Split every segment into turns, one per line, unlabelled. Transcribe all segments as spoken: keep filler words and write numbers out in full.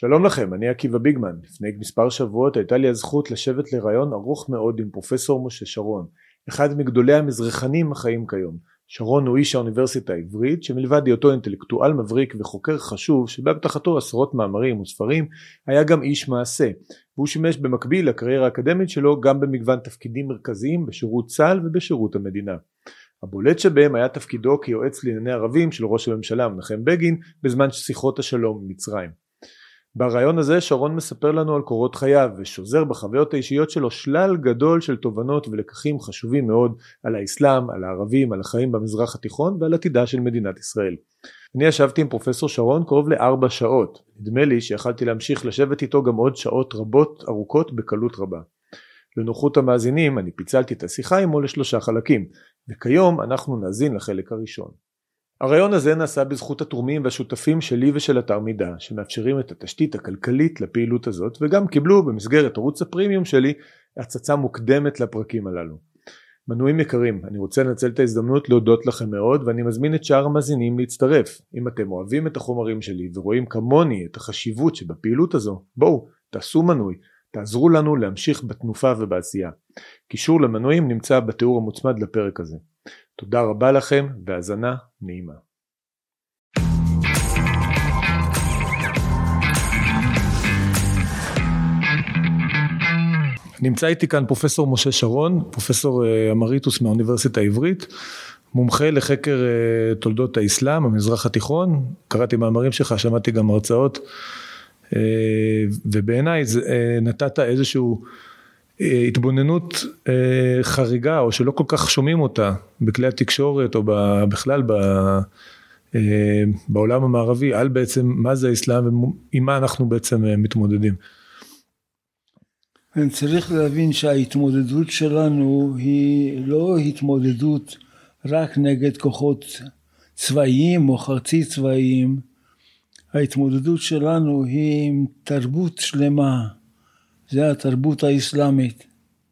שלום לכם, אני עקיבא ביגמן. לפני מספר שבועות הייתה לי הזכות לשבת לראיון ארוך מאוד עם פרופסור משה שרון, אחד מגדולי המזרחנים החיים כיום. שרון הוא איש האוניברסיטה העברית, שמלבד היותו אינטלקטואל מבריק וחוקר חשוב, שבהבטחתו עשרות מאמרים וספרים, היה גם איש מעשה, והוא שימש במקביל לקריירה האקדמית שלו גם במגוון תפקידים מרכזיים בשירות צה"ל ובשירות המדינה. הבולט שבהם היה תפקידו כיועץ לענייני ערבים של ראש הממשלה מנחם בגין בזמן שיחות השלום עם מצרים. ברעיון הזה שרון מספר לנו על קורות חייו ושוזר בחוויות האישיות שלו שלל גדול של תובנות ולקחים חשובים מאוד על האסלאם, על הערבים, על החיים במזרח התיכון ועל עתידה של מדינת ישראל. אני ישבתי עם פרופסור שרון קרוב לארבע שעות. נדמה לי שיכלתי להמשיך לשבת איתו גם עוד שעות רבות ארוכות בקלות רבה. לנוחות המאזינים אני פיצלתי את השיחה עמו לשלושה חלקים, וכיום אנחנו נאזין לחלק הראשון. הרעיון הזה נעשה בזכות התורמים והשותפים שלי ושל אתר מידע, שמאפשרים את התשתית הכלכלית לפעילות הזאת, וגם קיבלו במסגרת ערוץ הפרימיום שלי הצצה מוקדמת לפרקים הללו. מנויים יקרים, אני רוצה לנצל את ההזדמנות להודות לכם מאוד, ואני מזמין את שאר המאזינים להצטרף. אם אתם אוהבים את החומרים שלי ורואים כמוני את החשיבות שבפעילות הזו, בואו, תעשו מנוי, תעזרו לנו להמשיך בתנופה ובעשייה. קישור למנויים נמצא בתיאור המוצמד לפרק הזה. תודה רבה לכם והאזנה נעימה. נמצא איתי כאן פרופסור משה שרון, פרופסור אמריטוס מהאוניברסיטה העברית, מומחה לחקר תולדות האסלאם, המזרח התיכון. קראתי מאמרים שלך, שמעתי גם הרצאות, ובעיניי נתת איזשהו התבוננות חריגה, או שלא כל כך שומעים אותה בכלי התקשורת, או בכלל בעולם המערבי, על בעצם מה זה האסלאם, ועם מה אנחנו בעצם מתמודדים.
אני צריך להבין שההתמודדות שלנו היא לא התמודדות רק נגד כוחות צבאיים או חצי צבאיים, ההתמודדות שלנו היא עם תרבות שלמה, זה התרבות האסלאמית.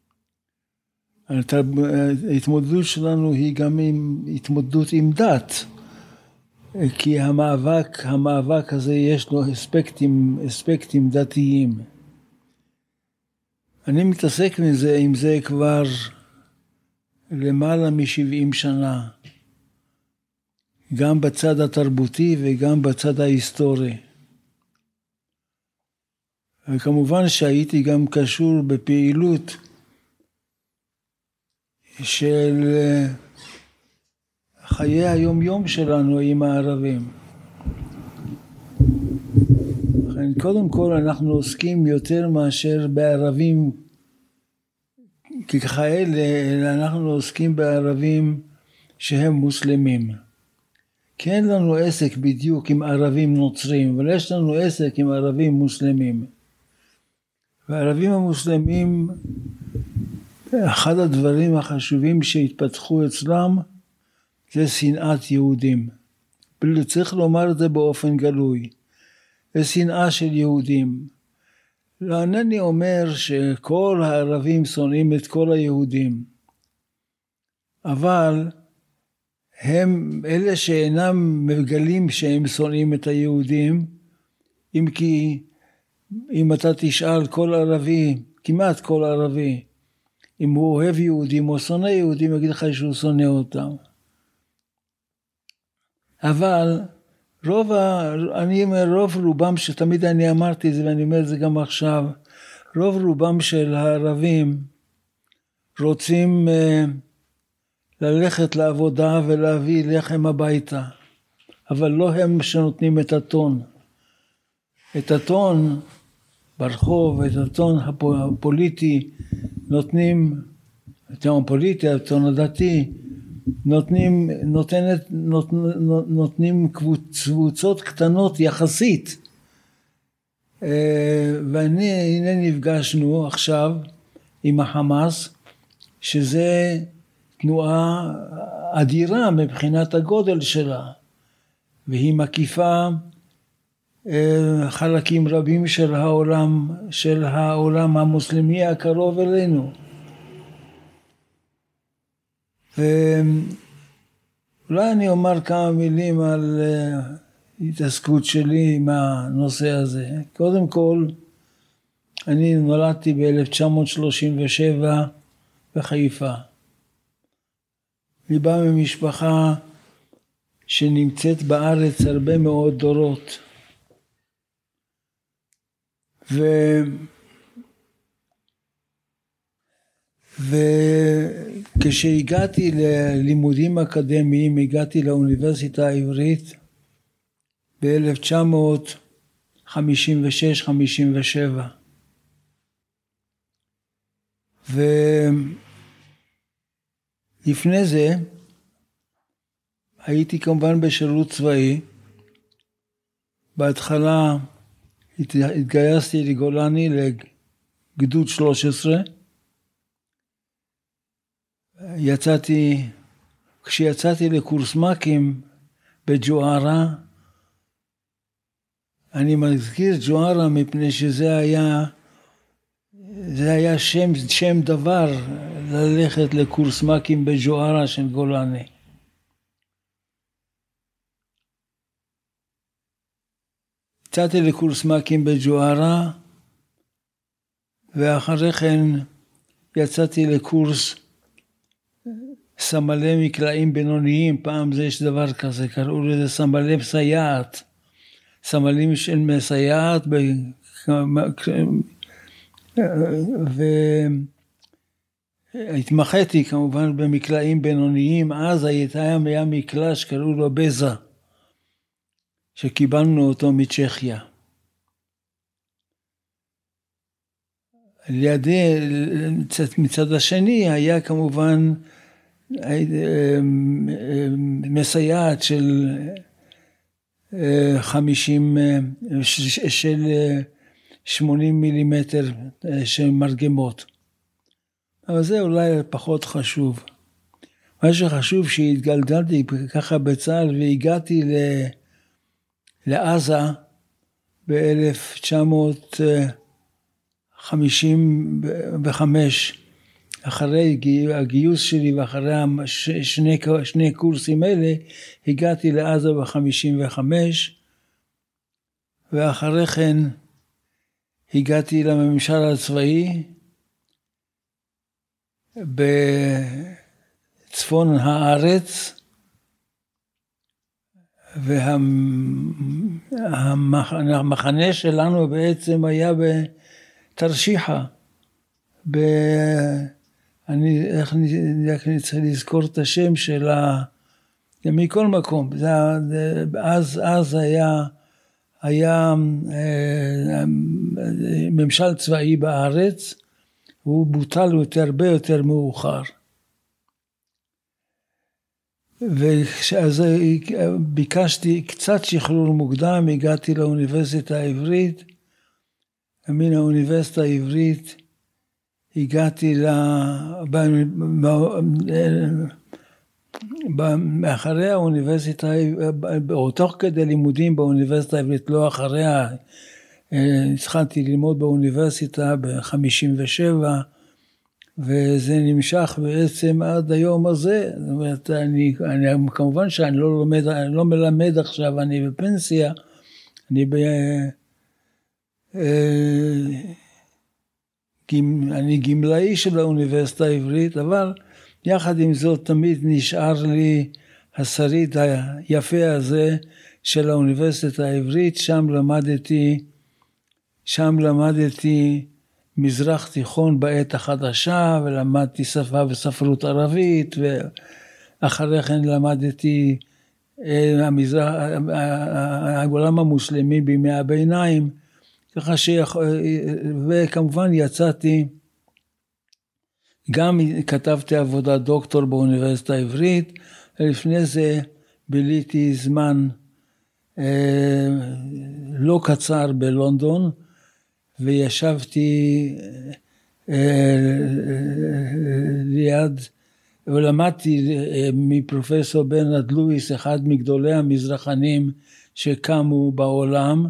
ההתמודדות שלנו היא גם עם התמודדות עם דת, כי המאבק, המאבק הזה יש לו אספקטים, אספקטים דתיים. אני מתעסק עם זה, עם זה כבר למעלה מ-שבעים שנה, גם בצד התרבותי וגם בצד ההיסטורי. וכמובן שהייתי גם קשור בפעילות של חיי היום יום שלנו עם הערבים. קודם כל אנחנו עוסקים יותר מאשר בערבים ככאלה, אלא אנחנו עוסקים בערבים שהם מוסלמים. כי אין לנו עסק בדיוק עם ערבים נוצרים, אבל יש לנו עסק עם ערבים מוסלמים. והערבים המוסלמים, אחד הדברים החשובים שהתפתחו אצלם, זה שנאת יהודים. צריך לומר את זה באופן גלוי. זה שנאה של יהודים. לא, אינני אומר שכל הערבים שונאים את כל היהודים. אבל הם אלה שאינם מגלים שהם שונאים את היהודים, אם כי אם אתה תשאל כל ערבי, כמעט כל ערבי, אם הוא אוהב יהודים או שונא יהודים, יגיד לך שהוא שונא אותם. אבל רוב, אני אומר רוב רובם, שתמיד אני אמרתי את זה ואני אומר את זה גם עכשיו, רוב רובם של הערבים רוצים uh, ללכת לעבודה ולהביא לחם הביתה, אבל לא הם שנותנים את הטון. את הטון ברחוב, את הטון הפוליטי, נותנים, את הטון הפוליטי, את הטון הדתי, נותנים, נותנת, נות, נותנים קבוצות קטנות יחסית. ואני, הנה נפגשנו עכשיו עם החמאס, שזה תנועה אדירה מבחינת הגודל שלה, והיא מקיפה חלקים רבים של העולם, של העולם המוסלמי הקרוב אלינו. ואולי אני אומר כמה מילים על ההתעסקות שלי עם הנושא הזה. קודם כל, אני נולדתי ב-אלף תשע מאות שלושים ושבע בחיפה. אני בא ממשפחה שנמצאת בארץ הרבה מאוד דורות. ו... וכשהגעתי ללימודים אקדמיים, הגעתי לאוניברסיטה העברית ב-אלף תשע מאות חמישים ושש חמישים ושבע. ולפני זה הייתי כמובן בשירות צבאי. בהתחלה התגייסתי לגולני לגדוד שלוש עשרה. יצאתי, כשיצאתי לקורס מ"כים בג'וארה, אני מזכיר ג'וארה מפני שזה היה, זה היה שם, שם דבר ללכת לקורס מ"כים בג'וארה של גולני. יצאתי לקורס מ"כים בג'וארה, ואחרי כן יצאתי לקורס סמלי מקלעים בינוניים. פעם זה יש דבר כזה, קראו לזה סמלי מסייעת. סמלים של מסייעת, ב... והתמחיתי כמובן במקלעים בינוניים. אז הייתה היה מקלע שקראו לו בזה, שקיבלנו אותו מצ'כיה. לידי, מצד השני, היה כמובן מסייעת של חמישים, של שמונים מילימטר של מרגמות. אבל זה אולי פחות חשוב. מה שחשוב שהתגלגלתי ככה בצה"ל והגעתי לעזה ב-אלף תשע מאות חמישים וחמש. אחרי הגיוס שלי ואחרי שני, שני קורסים אלה, הגעתי לעזה ב-חמישים וחמש, ואחרי כן הגעתי לממשל הצבאי בצפון הארץ, והמחנה שלנו בעצם היה בתרשיחא, ב... אני, איך אני, איך אני צריך לזכור את השם של ה... מכל מקום. זה, אז, אז היה, היה אה, ממשל צבאי בארץ, הוא בוטל יותר, הרבה יותר מאוחר. ואז ביקשתי קצת שחרור מוקדם, הגעתי לאוניברסיטה העברית, מן האוניברסיטה העברית, הגעתי ל... אחרי האוניברסיטה, או תוך כדי לימודים באוניברסיטה העברית, לא אחריה, התחלתי ללמוד באוניברסיטה ב-חמישים ושבע, וזה נמשך בעצם עד היום הזה. זאת אומרת, אני, אני, כמובן שאני לא לומד, אני לא מלמד עכשיו, אני בפנסיה, אני ב... אני גמלאי של האוניברסיטה העברית, אבל יחד עם זאת תמיד נשאר לי השריד היפה הזה של האוניברסיטה העברית. שם למדתי, שם למדתי מזרח תיכון בעת החדשה, ולמדתי שפה וספרות ערבית, ואחרי כן למדתי המזרח, העולם המוסלמי בימי הביניים, ככה ש... וכמובן יצאתי, גם כתבתי עבודת דוקטור באוניברסיטה העברית, ולפני זה ביליתי זמן אה, לא קצר בלונדון, וישבתי אה, ליד, ולמדתי אה, מפרופסור ברנרד לואיס, אחד מגדולי המזרחנים שקמו בעולם,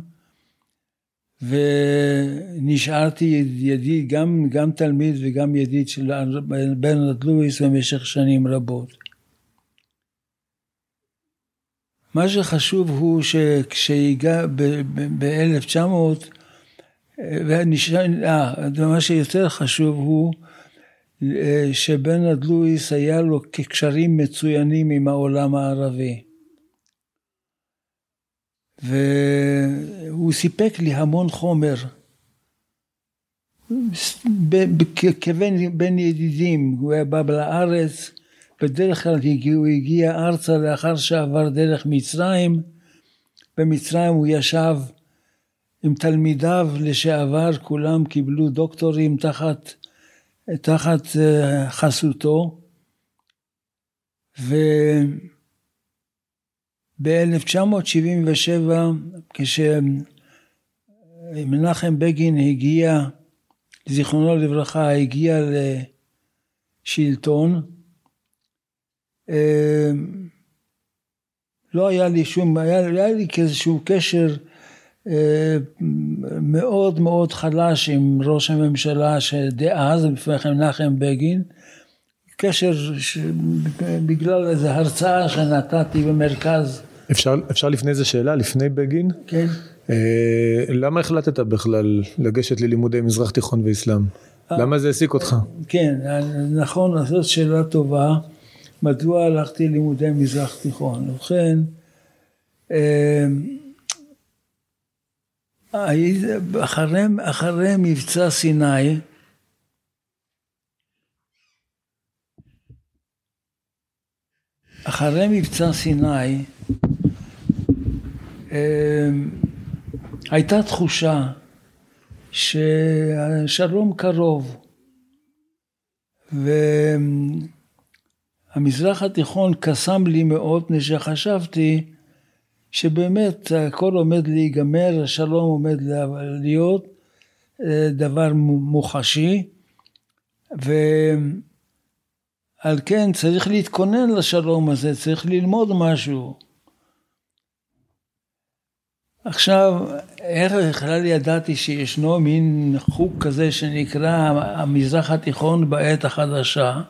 ונשארתי ידיד, גם, גם תלמיד וגם ידיד של ברנרד לואיס במשך שנים רבות. מה שחשוב הוא שכשהגיע ב-אלף תשע מאות, מה שיותר חשוב הוא שבנרד לואיס היה לו קשרים מצוינים עם העולם הערבי. והוא סיפק לי המון חומר. כבן בין ידידים, הוא היה בא לארץ, בדרך כלל הוא הגיע ארצה לאחר שעבר דרך מצרים. במצרים הוא ישב עם תלמידיו לשעבר, כולם קיבלו דוקטורים תחת, תחת חסותו. וב-אלף תשע מאות שבעים ושבע, כשמנחם בגין הגיע, זיכרונו לברכה, הגיע לשלטון, לא היה לי שום, היה, היה לי כאיזשהו קשר מאוד מאוד חלש עם ראש הממשלה שדאז, מנחם בגין, קשר ש... בגלל איזו הרצאה שנתתי במרכז.
אפשר, אפשר לפני איזו שאלה, לפני בגין?
כן.
אה, למה החלטת בכלל לגשת ללימודי מזרח תיכון ואסלאם? למה זה העסיק אותך?
כן, נכון, זאת שאלה טובה. מדוע הלכתי ללימודי מזרח תיכון? ובכן, אחרי, אחרי מבצע סיני, אחרי מבצע סיני, הייתה תחושה שהשלום קרוב, והמזרח התיכון קסם לי מאוד, שחשבתי שבאמת הכל עומד להיגמר, השלום עומד להיות דבר מוחשי, ועל כן צריך להתכונן לשלום הזה, צריך ללמוד משהו. עכשיו, איך בכלל ידעתי שישנו מין חוג כזה שנקרא המזרח התיכון בעת החדשה?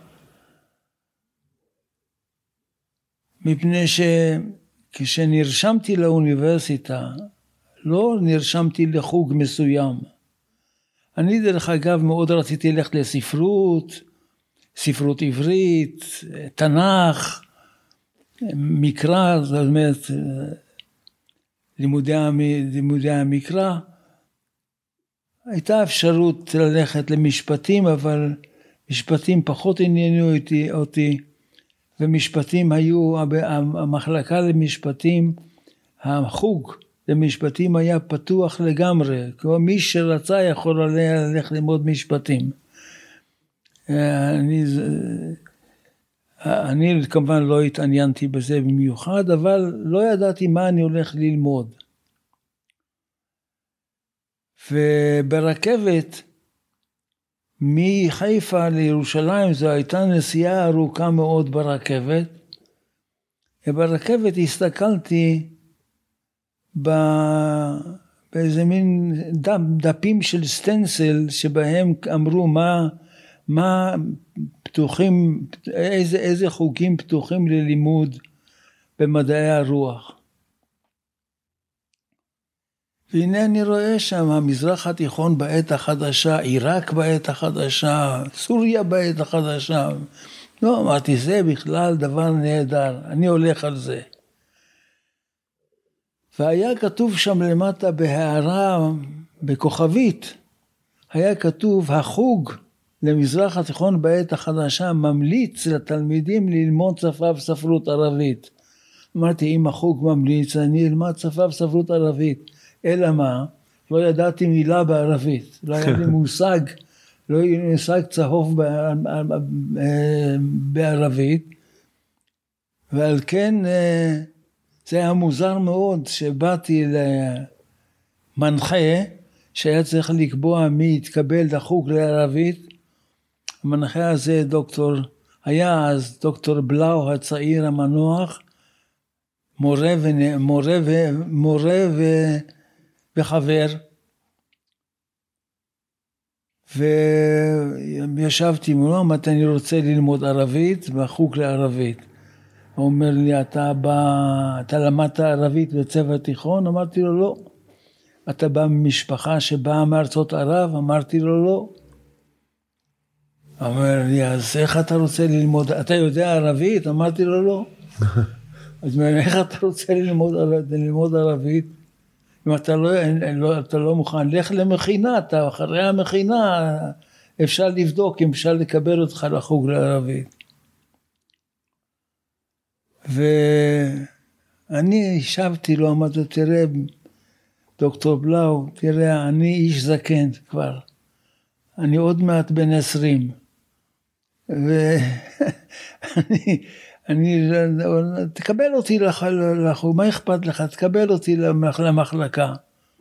מפני שכשנרשמתי לאוניברסיטה, לא נרשמתי לחוג מסוים. אני דרך אגב מאוד רציתי ללכת לספרות, ספרות עברית, תנ"ך, מקרא, זאת אומרת, לימודי, לימודי המקרא. הייתה אפשרות ללכת למשפטים, אבל משפטים פחות עניינו אותי, אותי. ומשפטים היו, המחלקה למשפטים, החוג למשפטים היה פתוח לגמרי. כמו מי שרצה יכול ללכת ללמוד משפטים. אני, אני כמובן לא התעניינתי בזה במיוחד, אבל לא ידעתי מה אני הולך ללמוד. וברכבת, מחיפה לירושלים, זו הייתה נסיעה ארוכה מאוד ברכבת, וברכבת הסתכלתי באיזה מין דפים של סטנסיל, שבהם אמרו מה, מה פתוחים, איזה, איזה חוגים פתוחים ללימוד במדעי הרוח. והנה אני רואה שם המזרח התיכון בעת החדשה, עיראק בעת החדשה, סוריה בעת החדשה. לא, אמרתי, זה בכלל דבר נהדר, אני הולך על זה. והיה כתוב שם למטה בהערה, בכוכבית, היה כתוב, החוג למזרח התיכון בעת החדשה ממליץ לתלמידים ללמוד שפה וספרות ערבית. אמרתי, אם החוג ממליץ, אני אלמד שפה וספרות ערבית. אלא מה? לא ידעתי מילה בערבית, לא היה לי מושג, לא היה לי מושג צהוב בערבית, ועל כן זה היה מוזר מאוד שבאתי למנחה שהיה צריך לקבוע מי יתקבל לחוג לערבית. המנחה הזה דוקטור, היה אז דוקטור בלאו הצעיר המנוח, מורה ומורה ומורה ו... וחבר, וישבתי מולו, אמרתי, אני רוצה ללמוד ערבית, בחוג לערבית. הוא אומר לי, אתה בא, אתה למדת ערבית בצבע תיכון? אמרתי לו, לא. אתה בא ממשפחה שבאה מארצות ערב? אמרתי לו, לא. אומר לי, אז איך אתה רוצה ללמוד? אתה יודע ערבית? אמרתי לו, לא. אז איך אתה רוצה ללמוד, ללמוד ערבית? אם אתה לא, לא, אתה לא מוכן, לך למכינה, אתה אחרי המכינה, אפשר לבדוק אם אפשר לקבל אותך לחוג לערבית. ואני ישבתי לו, אמרתי, תראה, דוקטור בלאו, תראה, אני איש זקן כבר. אני עוד מעט בן עשרים. ואני, אני, תקבל אותי לחוג, מה אכפת לך? תקבל אותי למחלקה.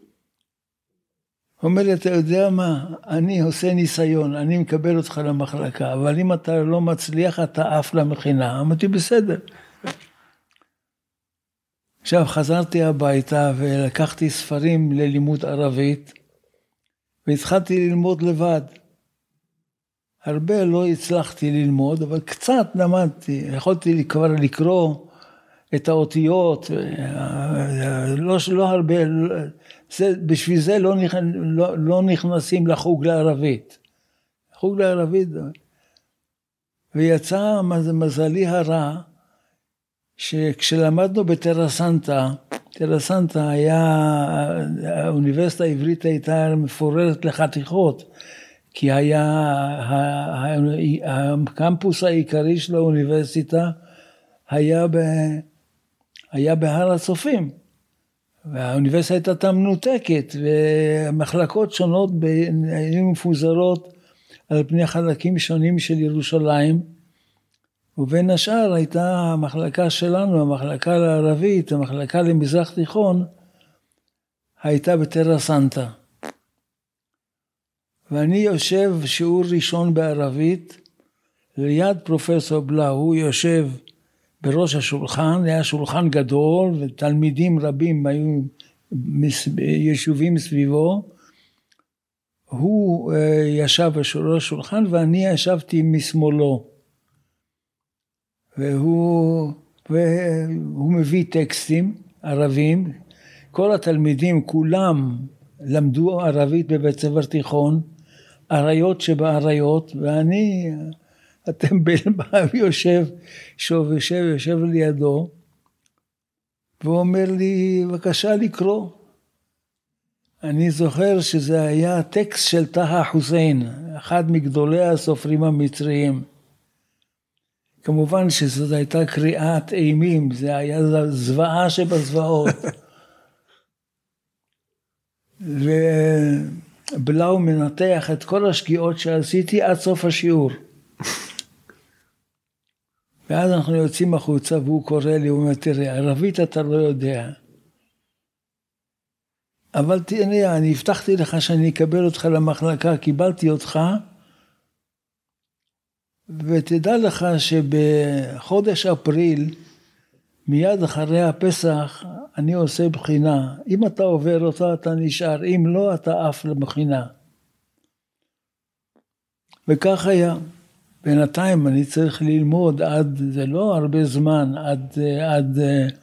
הוא אומר לי, אתה יודע מה? אני עושה ניסיון, אני מקבל אותך למחלקה, אבל אם אתה לא מצליח, אתה עף למכינה. אמרתי, בסדר. עכשיו חזרתי הביתה ולקחתי ספרים ללימוד ערבית, והתחלתי ללמוד לבד. הרבה לא הצלחתי ללמוד, אבל קצת למדתי. יכולתי כבר לקרוא את האותיות, לא, לא הרבה, זה, בשביל זה לא, לא, לא נכנסים לחוג לערבית. חוג לערבית, ויצא מזלי הרע, שכשלמדנו בטרסנטה, טרסנטה היה, האוניברסיטה העברית הייתה מפוררת לחתיכות, כי היה, הקמפוס העיקרי של האוניברסיטה היה, ב, היה בהר הצופים, והאוניברסיטה הייתה מנותקת, ומחלקות שונות היו מפוזרות על פני חלקים שונים של ירושלים, ובין השאר הייתה המחלקה שלנו, המחלקה לערבית, המחלקה למזרח תיכון, הייתה בטרסנטה. ואני יושב שיעור ראשון בערבית, ליד פרופסור בלאו, הוא יושב בראש השולחן, היה שולחן גדול, ותלמידים רבים היו יישובים סביבו, הוא ישב בראש השולחן, ואני ישבתי משמאלו. והוא, והוא מביא טקסטים ערבים, כל התלמידים כולם למדו ערבית בבית ספר תיכון, עריות שבעריות, ואני, אתם בלבב יושב, שוב יושב, יושב לידו, והוא אומר לי, בבקשה לקרוא. אני זוכר שזה היה טקסט של טאהא חוסיין, אחד מגדולי הסופרים המצריים. כמובן שזאת הייתה קריאת אימים, זה היה זוועה שבזוועות. ובלאו מנתח את כל השגיאות שעשיתי עד סוף השיעור. ואז אנחנו יוצאים החוצה והוא קורא לי, הוא אומר, תראה, ערבית אתה לא יודע. אבל תראה, אני הבטחתי לך שאני אקבל אותך למחלקה, קיבלתי אותך, ותדע לך שבחודש אפריל, מיד אחרי הפסח, אני עושה בחינה. אם אתה עובר אותה, אתה נשאר. אם לא, אתה עף לבחינה. וכך היה. בינתיים אני צריך ללמוד עד, זה לא הרבה זמן, עד, עד,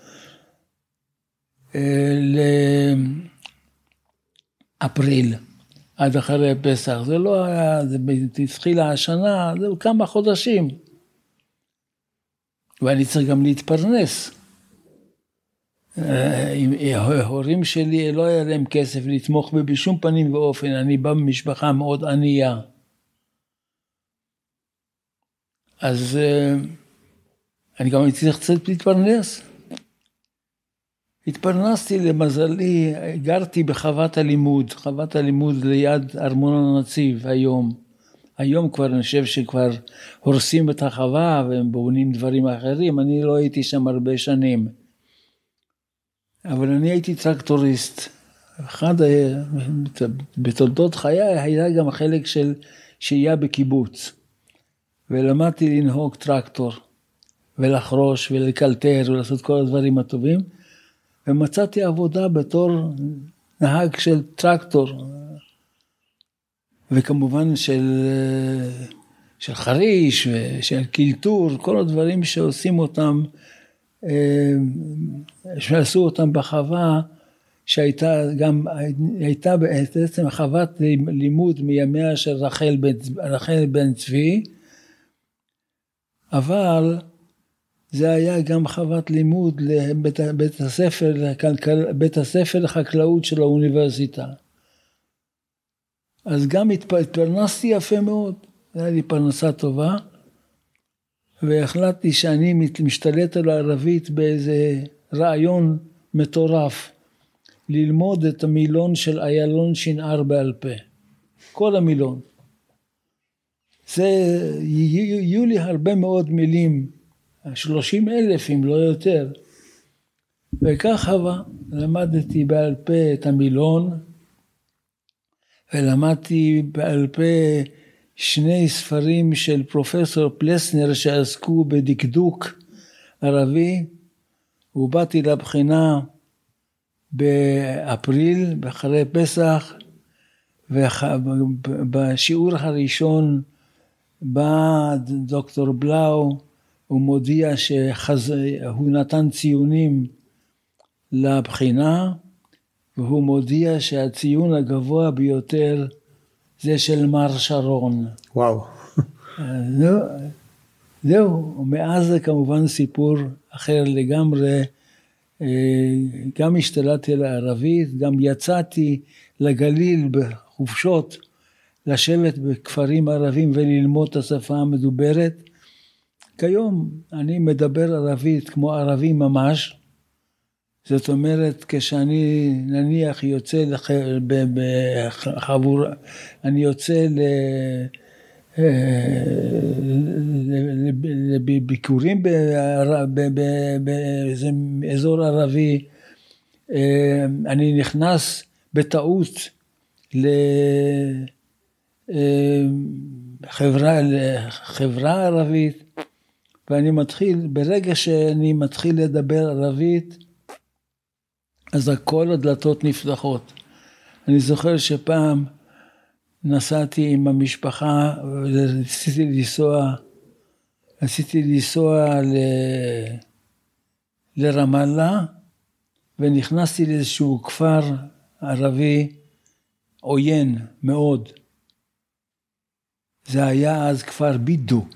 לאפריל. עד אחרי פסח, זה לא היה, זה התחילה השנה, זה כמה חודשים. ואני צריך גם להתפרנס. ההורים שלי לא היה להם כסף לתמוך בי בשום פנים ואופן, אני בא ממשפחה מאוד ענייה. אז אני גם צריך קצת להתפרנס. התפרנסתי למזלי, גרתי בחוות הלימוד, חוות הלימוד ליד ארמון הנציב היום. היום כבר אני חושב שכבר הורסים את החווה והם בונים דברים אחרים, אני לא הייתי שם הרבה שנים. אבל אני הייתי טרקטוריסט. אחד, בתולדות חיי היה גם חלק של שהייה בקיבוץ. ולמדתי לנהוג טרקטור, ולחרוש ולקלטר ולעשות כל הדברים הטובים. ומצאתי עבודה בתור נהג של טרקטור, וכמובן של, של חריש ושל קילטור, כל הדברים שעושים אותם שעשו אותם בחווה, שהייתה גם, הייתה בעצם חוות לימוד מימיה של רחל בן, רחל בן צבי, אבל זה היה גם חוות לימוד לבית בית הספר, בית הספר לחקלאות של האוניברסיטה. אז גם התפרנסתי יפה מאוד, היה לי פרנסה טובה, והחלטתי שאני משתלט על הערבית באיזה רעיון מטורף, ללמוד את המילון של איילון שינער בעל פה, כל המילון. זה, יהיו לי הרבה מאוד מילים, שלושים אלף אם לא יותר, וככה למדתי בעל פה את המילון, ולמדתי בעל פה שני ספרים של פרופסור פלסנר שעסקו בדקדוק ערבי, ובאתי לבחינה באפריל, אחרי פסח, ובשיעור הראשון בא דוקטור בלאו, הוא מודיע שהוא נתן ציונים לבחינה, והוא מודיע שהציון הגבוה ביותר זה של מר שרון.
וואו.
זהו, זהו, מאז זה כמובן סיפור אחר לגמרי, גם השתלטתי לערבית, גם יצאתי לגליל בחופשות, לשבת בכפרים ערבים וללמוד את השפה המדוברת. כיום אני מדבר ערבית כמו ערבי ממש, זאת אומרת, כשאני נניח יוצא בחבור, אני יוצא לביקורים באזור ערבי, אני נכנס בטעות לחברה ערבית, ואני מתחיל, ברגע שאני מתחיל לדבר ערבית, אז כל הדלתות נפתחות. אני זוכר שפעם נסעתי עם המשפחה, ורציתי לנסוע, רציתי לנסוע ל... לרמאללה, ונכנסתי לאיזשהו כפר ערבי עוין מאוד. זה היה אז כפר בידו.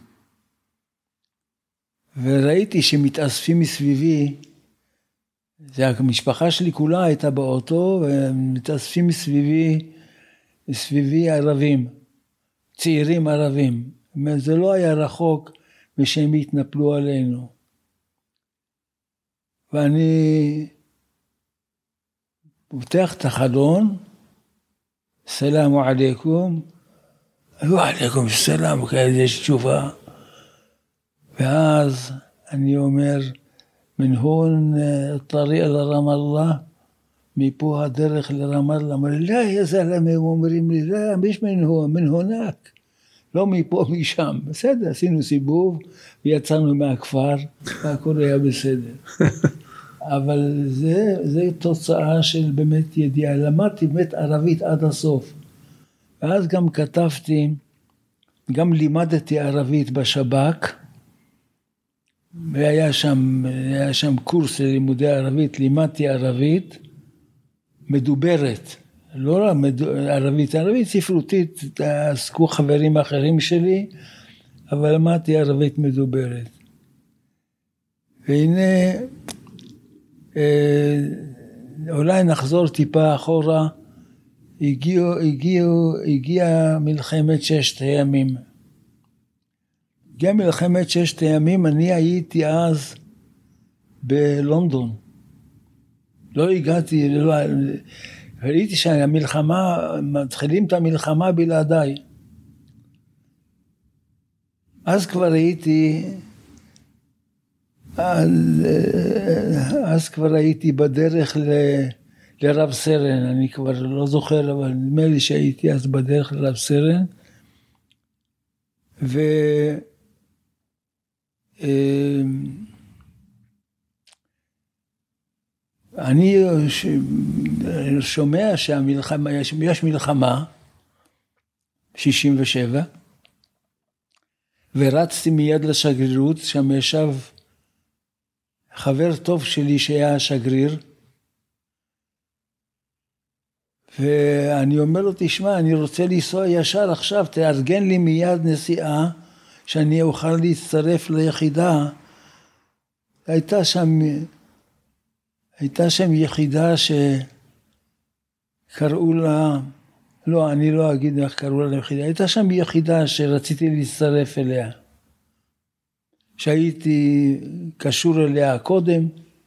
וראיתי שמתאספים מסביבי, זה המשפחה שלי כולה הייתה באוטו, ומתאספים מסביבי, סביבי ערבים, צעירים ערבים. זה לא היה רחוק, ושהם התנפלו עלינו. ואני פותח את החלון, סלאם עליכום, ועליכום סלאם, כאלה יש תשובה. ואז אני אומר, מן הון طريق לרמאללה, מפה הדרך לרמאללה. אמר לי, לא, יא זלמה, הם אומרים לי, לא, מש מן הון, מן הונק. לא מפה, משם. בסדר, עשינו סיבוב, ויצאנו מהכפר, והכל היה בסדר. אבל זה, זה תוצאה של באמת ידיעה. למדתי באמת ערבית עד הסוף. ואז גם כתבתי, גם לימדתי ערבית בשב"כ, והיה שם, היה שם קורס ללימודי ערבית, לימדתי ערבית מדוברת, לא רק ערבית, ערבית ספרותית, עסקו חברים אחרים שלי, אבל למדתי ערבית מדוברת. והנה, אולי נחזור טיפה אחורה, הגיעו, הגיעו, הגיעה מלחמת ששת הימים. גם מלחמת ששת הימים, אני הייתי אז בלונדון. לא הגעתי, לא, ראיתי שהמלחמה, מתחילים את המלחמה בלעדיי. אז כבר הייתי, אז כבר הייתי בדרך ל, לרב סרן, אני כבר לא זוכר, אבל נדמה לי שהייתי אז בדרך לרב סרן, ו... אני שומע שהמלחמה, יש, יש מלחמה, שישים ושבע, ורצתי מיד לשגרירות, שם ישב חבר טוב שלי שהיה שגריר, ואני אומר לו, תשמע, אני רוצה לנסוע ישר עכשיו, תארגן לי מיד נסיעה, שאני אוכל להצטרף ליחידה. הייתה שם, הייתה שם יחידה שקראו לה, לא, אני לא אגיד איך קראו לה יחידה, הייתה שם יחידה שרציתי להצטרף אליה, שהייתי קשור אליה קודם,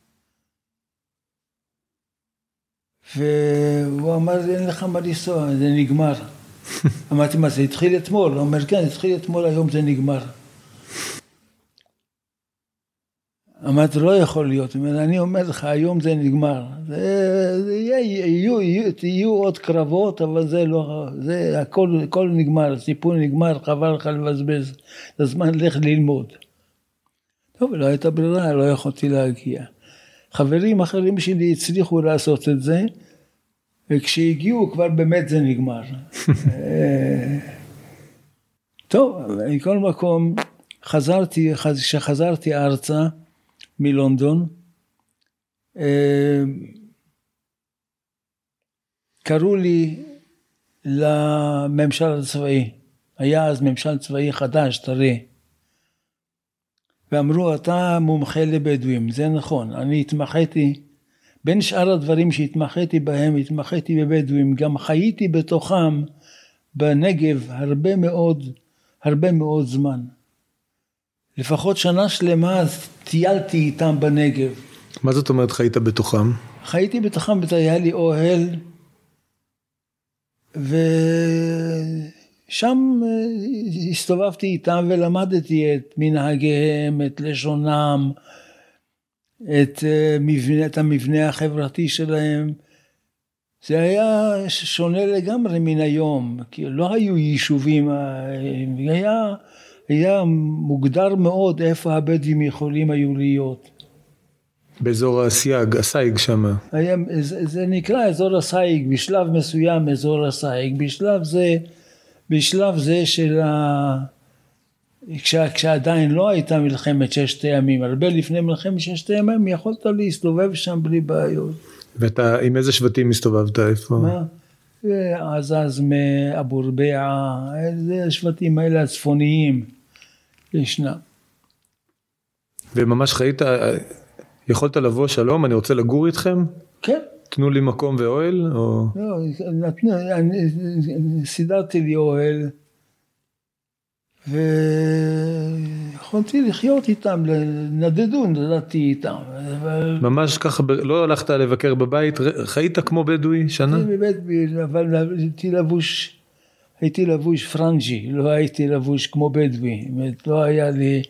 והוא אמר לי, אין לך מה לנסוע, זה נגמר. אמרתי, מה, זה התחיל אתמול? הוא אומר, כן, התחיל אתמול, היום זה נגמר. אמרתי, לא יכול להיות. אני אומר לך, היום זה נגמר. זה, זה יהיה, יהיו, יהיו, יהיו עוד קרבות, אבל זה לא, זה הכל, הכל נגמר, הסיפור נגמר, חבל לך לבזבז. זה הזמן לך ללמוד. טוב, לא הייתה ברירה, לא יכולתי להגיע. חברים אחרים שלי הצליחו לעשות את זה, וכשהגיעו כבר באמת זה נגמר. טוב, מכל מקום, חזרתי, כשחזרתי ארצה מלונדון, קראו לי לממשל הצבאי, היה אז ממשל צבאי חדש, טרי, ואמרו, אתה מומחה לבדואים, זה נכון, אני התמחיתי, בין שאר הדברים שהתמחיתי בהם, התמחיתי בבדואים, גם חייתי בתוכם בנגב הרבה מאוד, הרבה מאוד זמן. לפחות שנה שלמה טיילתי איתם בנגב.
מה זאת אומרת חיית בתוכם?
חייתי בתוכם, היה לי אוהל, ושם הסתובבתי איתם ולמדתי את מנהגיהם, את לשונם, את, מבנה, את המבנה החברתי שלהם. זה היה שונה לגמרי מן היום, כי לא היו יישובים, היה, היה מוגדר מאוד איפה הבדואים יכולים היו להיות.
באזור הסייג, הסייג שם.
היה, זה, זה נקרא אזור הסייג, בשלב מסוים אזור הסייג, בשלב זה, בשלב זה של ה... כשה, כשעדיין לא הייתה מלחמת ששת הימים, הרבה לפני מלחמת ששת הימים, יכולת להסתובב שם בלי בעיות.
ואתה, עם איזה שבטים הסתובבת? איפה?
מה? עזז מאבו רביעה, זה השבטים האלה הצפוניים ישנם.
וממש חיית, יכולת לבוא שלום, אני רוצה לגור איתכם?
כן.
תנו לי מקום ואוהל? או...
לא, נתנו, אני, סידרתי לי אוהל, ויכולתי לחיות איתם, נדדו, נדדתי איתם.
ממש ככה, לא הלכת לבקר בבית, חיית כמו בדואי שנה?
אבל הייתי לבוש, הייתי לבוש פרנג'י, לא הייתי לבוש כמו בדואי, לא היה לי,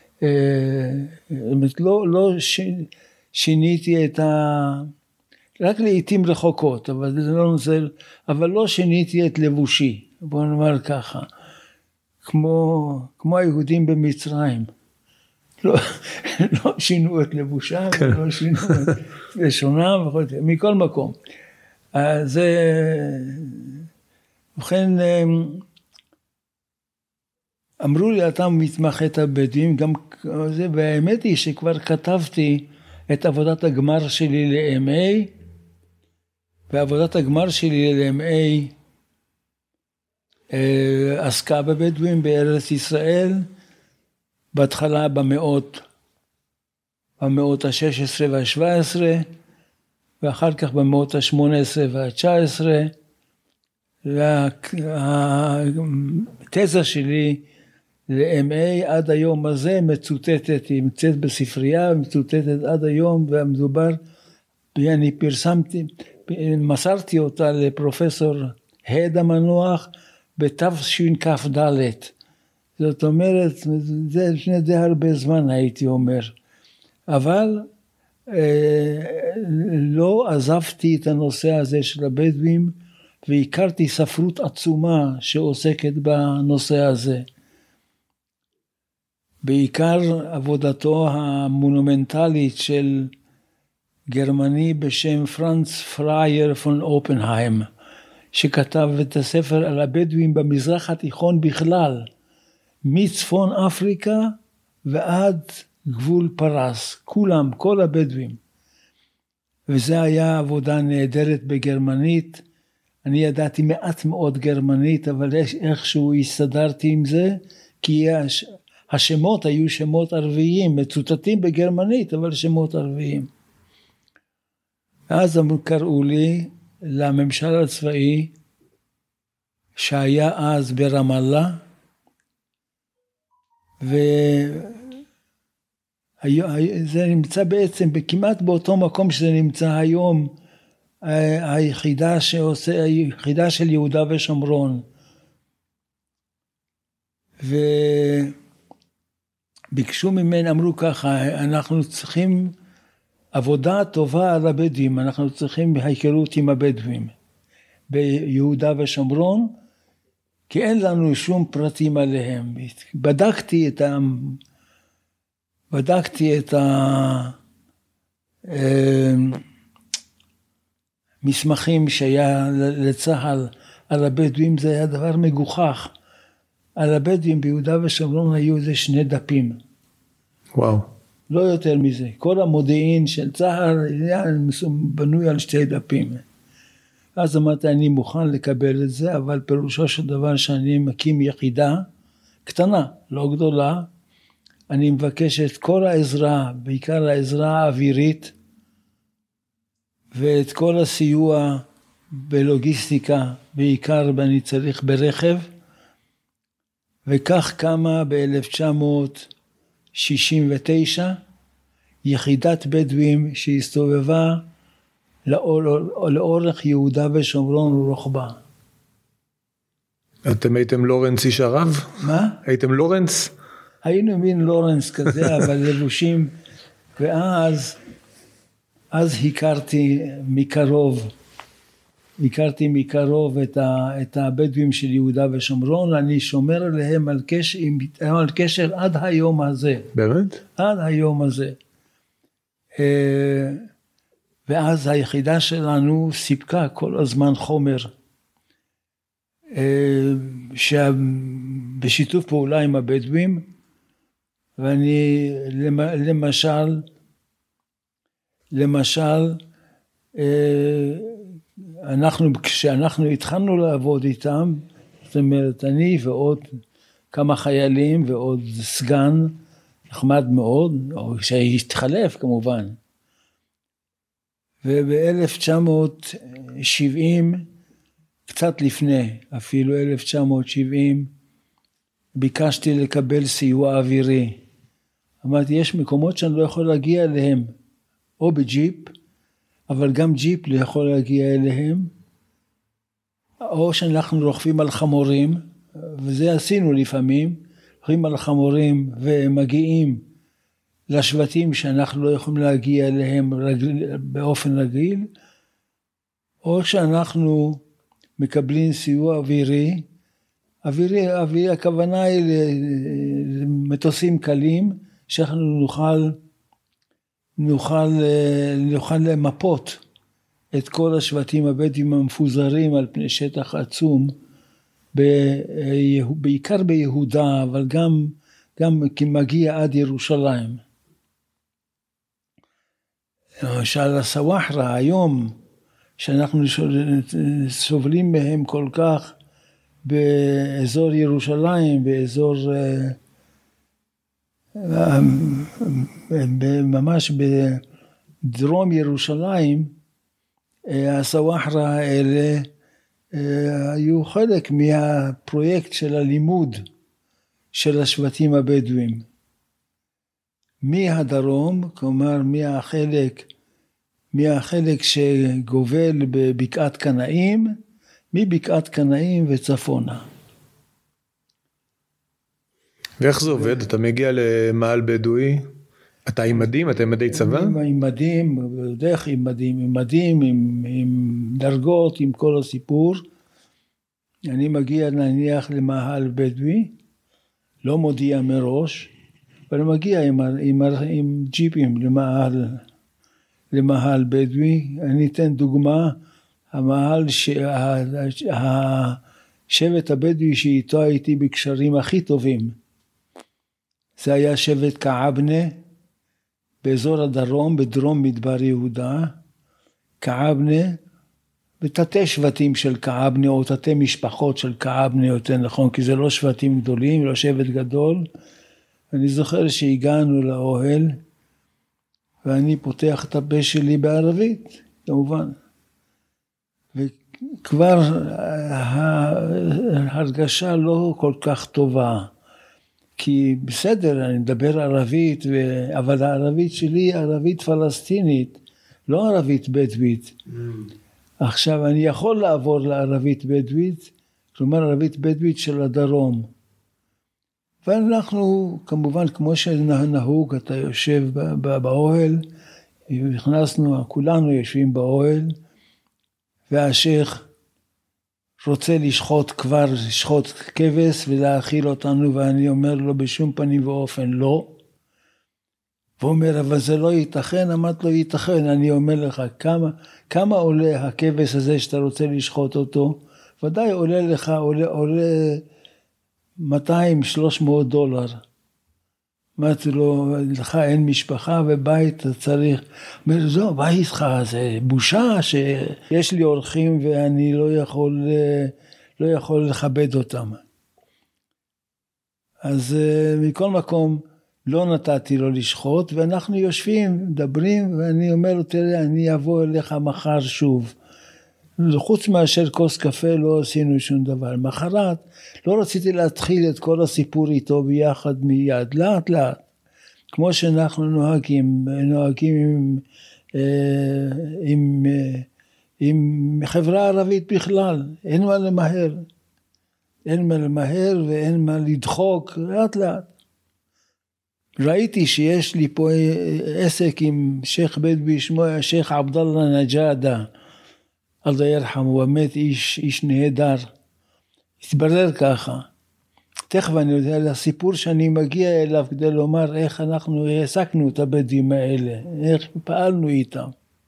לא, לא שיניתי את ה... רק לעתים רחוקות, אבל זה לא נוזל, אבל לא שיניתי את לבושי, בוא נאמר ככה. כמו, כמו היהודים במצרים. לא, לא שינו את לבושם, כן. לא שינו את לשונם, מכל מקום. אז ובכן, אמרו לי, אתה מתמחת בדואים, גם זה, והאמת היא שכבר כתבתי את עבודת הגמר שלי ל-אם איי, ועבודת הגמר שלי ל-אם איי, עסקה בבדואים בארץ ישראל, בהתחלה במאות, במאות ה-שש עשרה וה-שבע עשרה, ואחר כך במאות ה-שמונה עשרה וה-תשע עשרה, והתזה שלי ל-אם איי עד היום הזה מצוטטת, היא מצוטטת בספרייה, מצוטטת עד היום, והמדובר, אני פרסמתי, מסרתי אותה לפרופסור הד המנוח, בתשכ"ד. זאת אומרת, זה לפני די הרבה זמן הייתי אומר. אבל אה, לא עזבתי את הנושא הזה של הבדואים, והכרתי ספרות עצומה שעוסקת בנושא הזה. בעיקר עבודתו המונומנטלית של גרמני בשם פרנץ פרייר פון אופנהיים, שכתב את הספר על הבדואים במזרח התיכון בכלל, מצפון אפריקה ועד גבול פרס, כולם, כל הבדואים. וזה היה עבודה נהדרת בגרמנית. אני ידעתי מעט מאוד גרמנית, אבל איכשהו הסתדרתי עם זה, כי השמות היו שמות ערביים, מצוטטים בגרמנית, אבל שמות ערביים. אז קראו לי לממשל הצבאי, שהיה אז ברמאללה, וזה נמצא בעצם כמעט באותו מקום שזה נמצא היום, היחידה שעושה, היחידה של יהודה ושומרון. וביקשו ממני, אמרו ככה, אנחנו צריכים עבודה טובה על הבדואים, אנחנו צריכים היכרות עם הבדואים ביהודה ושומרון, כי אין לנו שום פרטים עליהם. בדקתי את ה... בדקתי את המסמכים שהיה לצה"ל על הבדואים, זה היה דבר מגוחך. על הבדואים ביהודה ושומרון היו איזה שני דפים.
וואו.
לא יותר מזה. כל המודיעין של צה"ל היה בנוי על שתי דפים. אז אמרתי, אני מוכן לקבל את זה, אבל פירושו של דבר שאני מקים יחידה קטנה, לא גדולה. אני מבקש את כל העזרה, בעיקר העזרה האווירית, ואת כל הסיוע בלוגיסטיקה, בעיקר אני צריך ברכב, וכך קמה ב-אלף תשע מאות שישים ותשע יחידת בדואים שהסתובבה לאור, לאורך יהודה ושומרון ורוחבה.
אתם הייתם לורנס איש ערב?
מה?
הייתם לורנס?
היינו מין לורנס כזה, אבל לבושים, ואז אז הכרתי מקרוב, הכרתי מקרוב את, ה, את הבדואים של יהודה ושומרון, אני שומר עליהם על קשר, על קשר עד היום הזה.
באמת?
עד היום הזה. ואז היחידה שלנו סיפקה כל הזמן חומר, בשיתוף פעולה עם הבדואים, ואני למשל, למשל, אנחנו, כשאנחנו התחלנו לעבוד איתם, זאת אומרת, אני ועוד כמה חיילים ועוד סגן, נחמד מאוד, או שהתחלף כמובן. וב-אלף תשע מאות שבעים, קצת לפני, אפילו אלף תשע מאות שבעים, ביקשתי לקבל סיוע אווירי. אמרתי, יש מקומות שאני לא יכול להגיע אליהם, או בג'יפ, אבל גם ג'יפ לא יכול להגיע אליהם, או שאנחנו רוכבים על חמורים, וזה עשינו לפעמים, רוכבים על חמורים ומגיעים לשבטים שאנחנו לא יכולים להגיע אליהם רגיל, באופן רגיל, או שאנחנו מקבלים סיוע אווירי, אווירי, אווירי הכוונה היא למטוסים קלים, שאנחנו נוכל, נוכל, נוכל למפות את כל השבטים הבדואים המפוזרים על פני שטח עצום, בעיקר ביהודה, אבל גם, גם כמגיע עד ירושלים. למשל הסוואחרה היום, שאנחנו סובלים מהם כל כך, באזור ירושלים, באזור, ממש בדרום ירושלים, הסוואחרה האלה היו חלק מהפרויקט של הלימוד של השבטים הבדואים. מהדרום, כלומר מהחלק, מהחלק שגובל בבקעת קנאים, מבקעת קנאים וצפונה.
ואיך זה עובד? אתה מגיע למעל בדואי, אתה עם מדים, אתה עם מדי צבא?
עם מדים, בדרך עם מדים, עם מדים, עם, עם דרגות, עם כל הסיפור. אני מגיע נניח למעל בדואי, לא מודיע מראש, אבל מגיע עם, עם, עם ג'יפים למעל, למעל בדואי. אני אתן דוגמה, המעל, השבט הבדואי שאיתו הייתי בקשרים הכי טובים, זה היה שבט כעבנה, באזור הדרום, בדרום מדבר יהודה, כעבנה, ותתי שבטים של כעבנה, או תתי משפחות של כעבנה, יותר נכון, כי זה לא שבטים גדולים, לא שבט גדול. אני זוכר שהגענו לאוהל, ואני פותח את הפה שלי בערבית, כמובן. וכבר ההרגשה לא כל כך טובה, כי בסדר, אני מדבר ערבית, אבל הערבית שלי היא ערבית פלסטינית, לא ערבית בדואית. Mm. עכשיו, אני יכול לעבור לערבית בדואית, כלומר ערבית בדואית של הדרום. ואנחנו, כמובן, כמו שנהוג, אתה יושב באוהל, נכנסנו, כולנו יושבים באוהל, והשייך רוצה לשחוט כבר, לשחוט כבש ולהאכיל אותנו, ואני אומר לו בשום פנים ואופן לא. והוא אומר, אבל זה לא ייתכן, אמרת לו ייתכן, אני אומר לך, כמה, כמה עולה הכבש הזה שאתה רוצה לשחוט אותו? ודאי עולה לך, עולה, עולה מאתיים שלוש מאות דולר. אמרתי לו, לך אין משפחה ובית, אתה צריך. אומר, זו, מה איתך? זה בושה שיש לי אורחים ואני לא יכול, לא יכול לכבד אותם. אז מכל מקום, לא נתתי לו לשחוט, ואנחנו יושבים, מדברים, ואני אומר לו, תראה, אני אבוא אליך מחר שוב. חוץ מאשר כוס קפה לא עשינו שום דבר. מחרת לא רציתי להתחיל את כל הסיפור איתו ביחד מיד, לאט לאט. כמו שאנחנו נוהגים, נוהגים עם, עם, עם חברה ערבית בכלל. אין מה למהר. אין מה למהר ואין מה לדחוק, לאט לאט. ראיתי שיש לי פה עסק עם שייך בדואי שמו שייך עבדאללה נג'אדה. אללה ירחם, הוא באמת איש, איש נהדר. התברר ככה. תכף אני יודע לסיפור שאני מגיע אליו כדי לומר איך אנחנו העסקנו את הבדואים האלה, איך פעלנו איתם.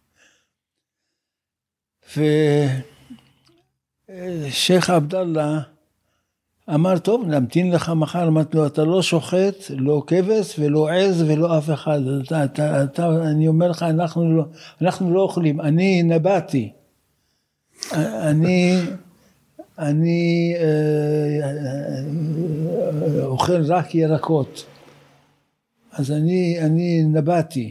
ושייך עבדאללה אמר, טוב, נמתין לך מחר, אמרתי לו, אתה לא שוחט, לא כבש ולא עז ולא אף אחד. אתה, אתה, אתה, אני אומר לך, אנחנו לא, אנחנו לא אוכלים, אני נבטי. אני, אני אוכל רק ירקות. אז אני, אני נבטי.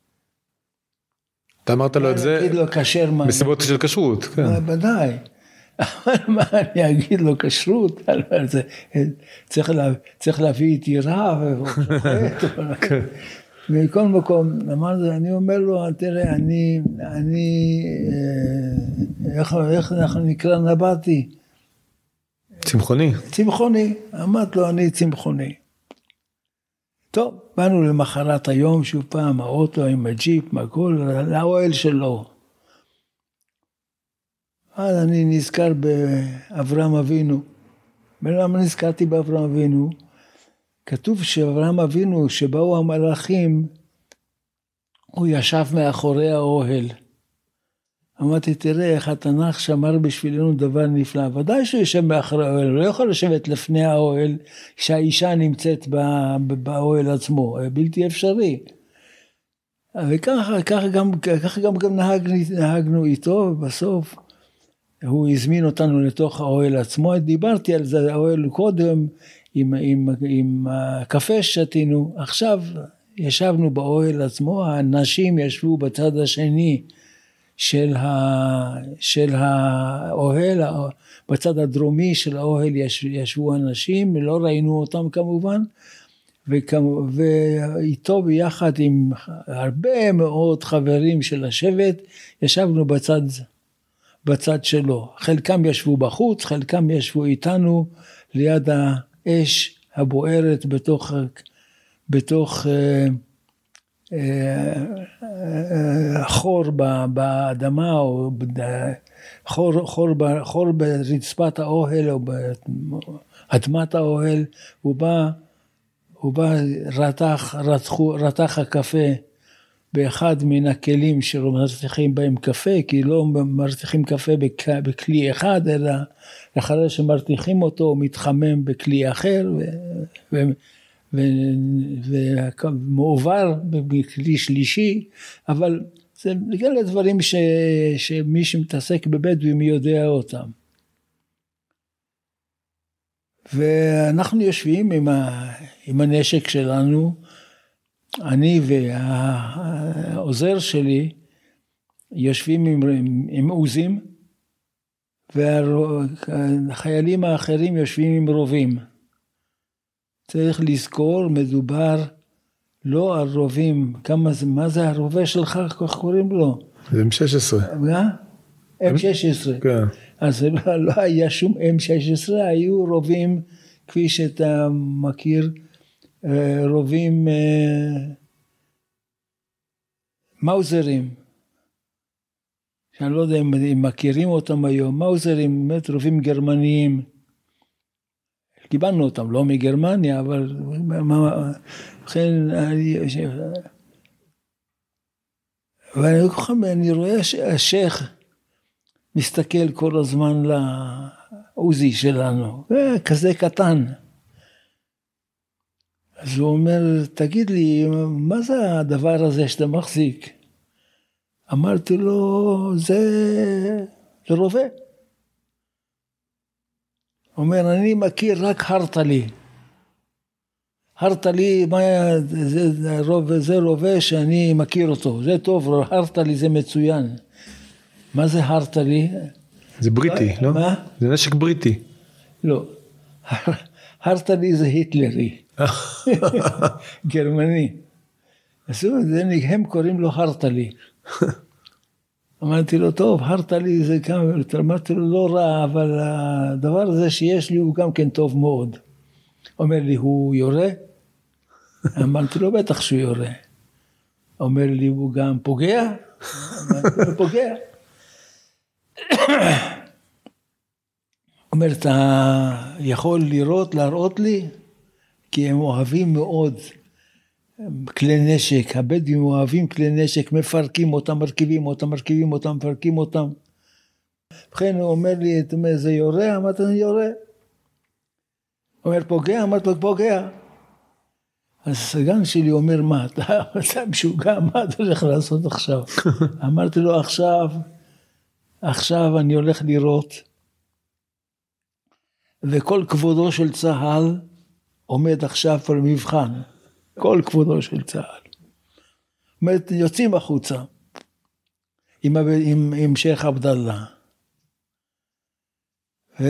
אתה אמרת לו את זה מסיבות של כשרות.
ודאי. אבל מה אני אגיד לו כשרות? צריך, לה, צריך להביא איתי רב ושוחט. מכל מקום, אמר, אני אומר לו, תראה, אני, אני, איך, איך אנחנו נקרא נבטי?
צמחוני.
צמחוני. אמרת לו, אני צמחוני. טוב, באנו למחרת היום, שוב פעם, האוטו עם הג'יפ, הכל, לאוהל שלו. אז אני נזכר באברהם אבינו. ולמה נזכרתי באברהם אבינו? כתוב שאברהם אבינו, שבאו המלאכים, הוא ישב מאחורי האוהל. אמרתי, תראה איך התנ"ך שמר בשבילנו דבר נפלא. ודאי שהוא יושב מאחורי האוהל, הוא לא יכול לשבת לפני האוהל, כשהאישה נמצאת באוהל עצמו, בלתי אפשרי. וככה ככה גם, ככה גם, גם נהגנו, נהגנו איתו, ובסוף הוא הזמין אותנו לתוך האוהל עצמו. דיברתי על זה האוהל קודם, עם, עם, עם הקפה שתינו. עכשיו ישבנו באוהל עצמו, האנשים ישבו בצד השני של, ה, של האוהל, בצד הדרומי של האוהל ישבו אנשים, לא ראינו אותם כמובן, ואיתו ביחד עם הרבה מאוד חברים של השבט, ישבנו בצד, בצד שלו. חלקם ישבו בחוץ, חלקם ישבו איתנו ליד האש הבוערת בתוך, בתוך אה, אה, אה, חור באדמה, או חור, חור, חור ברצפת האוהל, או באדמת האוהל. הוא בא, הוא בא רתח, רתחו, רתח הקפה באחד מן הכלים שמרתיחים בהם קפה, כי לא מרתיחים קפה בכלי אחד, אלא אחרי שמרתיחים אותו הוא מתחמם בכלי אחר, ו, ו, ומעובר בכלי שלישי, אבל זה בגלל הדברים ש, שמי שמתעסק בבדואים יודע אותם. ואנחנו יושבים עם, ה, עם הנשק שלנו, אני והעוזר שלי יושבים עם, עם, עם עוזים, והחיילים האחרים יושבים עם רובים. צריך לזכור, מדובר לא על רובים, כמה זה, מה זה הרובה שלך, איך קוראים לו?
זה אם שש עשרה.
מה? אם שש עשרה.
כן.
אז לא, לא היה שום אם שש עשרה, היו רובים, כפי שאתה מכיר, רובים מאוזרים. שאני לא יודע אם מכירים אותם היום, מאוזרים, באמת רובים גרמניים. קיבלנו אותם, לא מגרמניה, אבל לכן ואני רואה שהשייך מסתכל כל הזמן לעוזי שלנו, כזה קטן. אז הוא אומר, תגיד לי, מה זה הדבר הזה שאתה מחזיק? אמרתי לו, זה, זה רובה. אומר, אני מכיר רק הרטלי. הרטלי, מה, זה, זה, רובה, זה רובה שאני מכיר אותו. זה טוב, הרטלי זה מצוין. מה זה הרטלי?
זה בריטי, לא?
מה?
זה נשק בריטי.
לא. הרטלי זה היטלרי. גרמני. אז הם קוראים לו הרטלי. אמרתי לו, טוב, הרטלי זה כמה, אמרתי לו, לא רע, אבל הדבר הזה שיש לי הוא גם כן טוב מאוד. אומר לי, הוא יורה? אמרתי לו, בטח שהוא יורה. אומר לי, הוא גם פוגע? אמרתי לו, פוגע. אומר, אתה יכול לראות, להראות לי? כי הם אוהבים מאוד כלי נשק, הבדואים אוהבים כלי נשק, מפרקים אותם, מרכיבים אותם, מרכיבים אותם, מפרקים אותם. לכן הוא אומר לי, אתה אומר, זה יורה? אמרתי, אני יורה. הוא אומר, פוגע? אמרתי לו, פוגע. אז הסגן שלי אומר, מה, אתה, אתה משוגע, מה אתה הולך לעשות עכשיו? אמרתי לו, עכשיו, עכשיו אני הולך לראות, וכל כבודו של צהל עומד עכשיו על מבחן. כל כבודו של צהל. אומרת, יוצאים החוצה עם, עם, עם שייך עבדאללה. והוא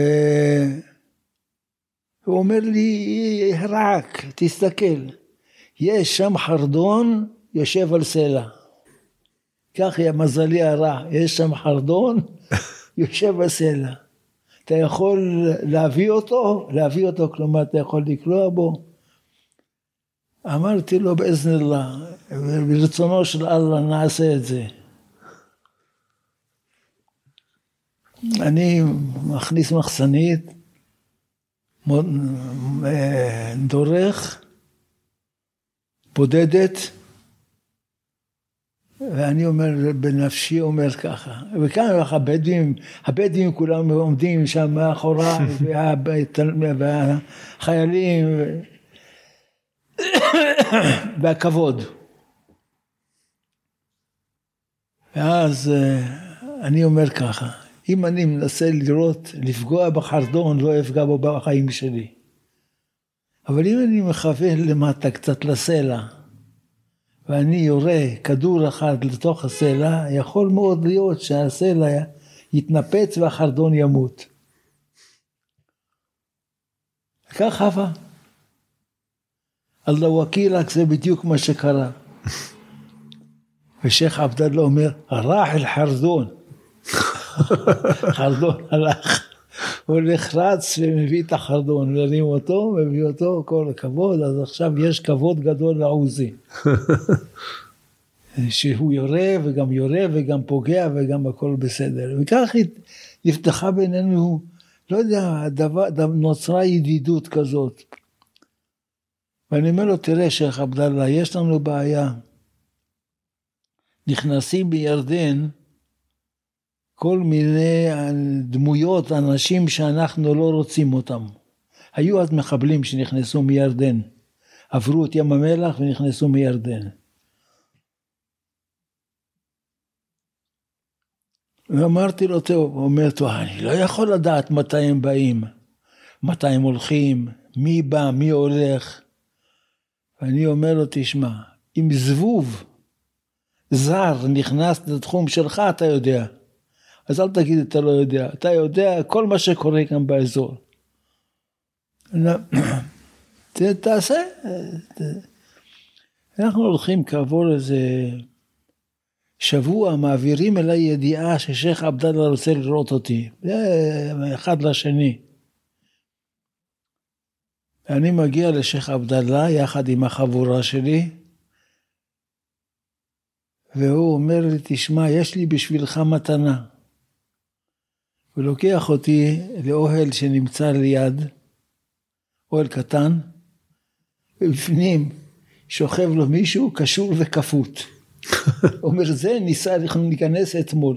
אומר לי, רק, תסתכל, יש שם חרדון, יושב על סלע. כך היה מזלי הרע, יש שם חרדון, יושב על סלע. אתה יכול להביא אותו, להביא אותו, כלומר, אתה יכול לקלוע בו. אמרתי לו באזן אללה, ברצונו של אללה נעשה את זה. אני מכניס מחסנית, דורך, בודדת, ואני אומר, בנפשי אומר ככה, וכאן הבדואים, הבדואים כולם עומדים שם מאחוריי, והחיילים, והכבוד. ואז אני אומר ככה, אם אני מנסה לראות, לפגוע בחרדון, לא אפגע בו בחיים שלי. אבל אם אני מכוון למטה קצת לסלע, ואני יורה כדור אחד לתוך הסלע, יכול מאוד להיות שהסלע יתנפץ והחרדון ימות. כך הווה. אללה וקילק, זה בדיוק מה שקרה. ושייך עבדאללה אומר, רח אל חרדון. חרדון הלך. הוא הולך רץ ומביא את החרדון, ורים אותו, מביא אותו, כל הכבוד, אז עכשיו יש כבוד גדול לעוזי. שהוא יורה וגם יורה וגם פוגע וגם הכל בסדר. וכך נפתחה בינינו, לא יודע, דבר, נוצרה ידידות כזאת. ואני אומר לו, תראה שייך עבדאללה, יש לנו בעיה. נכנסים בירדן כל מיני דמויות, אנשים שאנחנו לא רוצים אותם. היו אז מחבלים שנכנסו מירדן. עברו את ים המלח ונכנסו מירדן. ואמרתי לו, טוב, הוא אומר, טוב, אני לא יכול לדעת מתי הם באים, מתי הם הולכים, מי בא, מי הולך. ואני אומר לו, תשמע, אם זבוב זר נכנס לתחום שלך, אתה יודע. אז אל תגיד, אתה לא יודע. אתה יודע כל מה שקורה כאן באזור. תעשה. אנחנו הולכים כעבור איזה שבוע, מעבירים אליי ידיעה ששייך עבדאללה רוצה לראות אותי. אחד לשני. אני מגיע לשייך עבדאללה יחד עם החבורה שלי, והוא אומר לי, תשמע, יש לי בשבילך מתנה. הוא לוקח אותי לאוהל שנמצא ליד, אוהל קטן, ולפנים שוכב לו מישהו קשור וכפות. הוא אומר, זה ניסה, אנחנו ניכנס אתמול.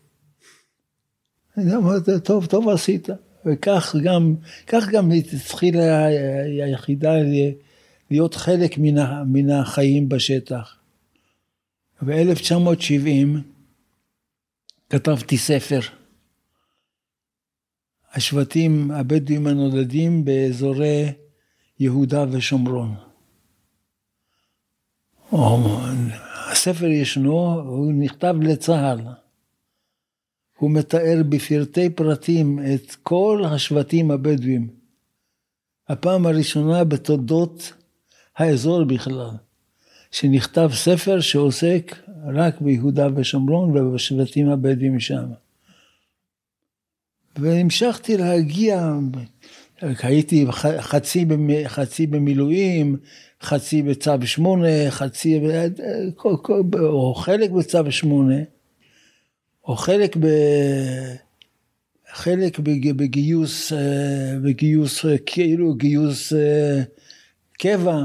אני אמרתי, טוב, טוב עשית. וכך גם, כך גם התחילה היחידה להיות חלק מן, מן החיים בשטח. ב-אלף תשע מאות שבעים כתבתי ספר, השבטים הבדואים הנולדים באזורי יהודה ושומרון. הספר ישנו, הוא נכתב לצה"ל. הוא מתאר בפרטי פרטים את כל השבטים הבדואים. הפעם הראשונה בתולדות האזור בכלל, שנכתב ספר שעוסק רק ביהודה ושומרון ובשבטים הבדואים שם. והמשכתי להגיע, הייתי חצי, חצי במילואים, חצי בצו שמונה, חצי, או חלק בצו שמונה, או חלק ב... חלק בגיוס, בגיוס, כאילו גיוס קבע,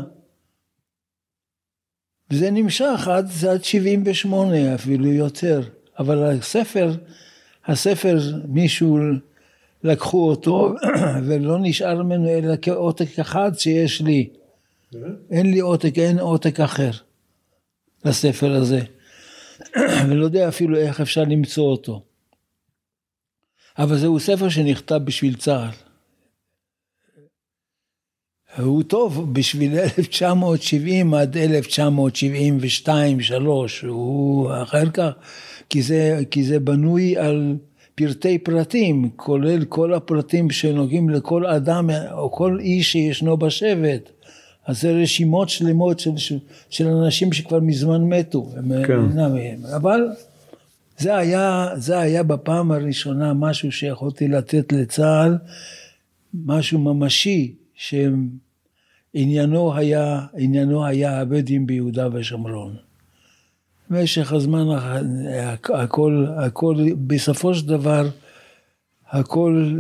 וזה נמשך עד, עד שבעים ושמונה אפילו יותר, אבל הספר, הספר מישהו לקחו אותו, ולא נשאר ממנו אלא כעותק אחד שיש לי, אין לי עותק, אין עותק אחר לספר הזה, ולא יודע אפילו איך אפשר למצוא אותו. אבל זהו ספר שנכתב בשביל צה"ל. הוא טוב בשביל אלף תשע מאות שבעים עד אלף תשע מאות שבעים ושתיים שלוש, הוא אחר כך, כי זה, כי זה בנוי על פרטי פרטים, כולל כל הפרטים שנוגעים לכל אדם או כל איש שישנו בשבט. אז זה רשימות שלמות של, של אנשים שכבר מזמן מתו. כן. אבל זה היה, זה היה בפעם הראשונה משהו שיכולתי לתת לצה"ל, משהו ממשי, שעניינו היה, עניינו היה הבדואים ביהודה ושומרון. במשך הזמן, הכל, הכל, בסופו של דבר, הכל,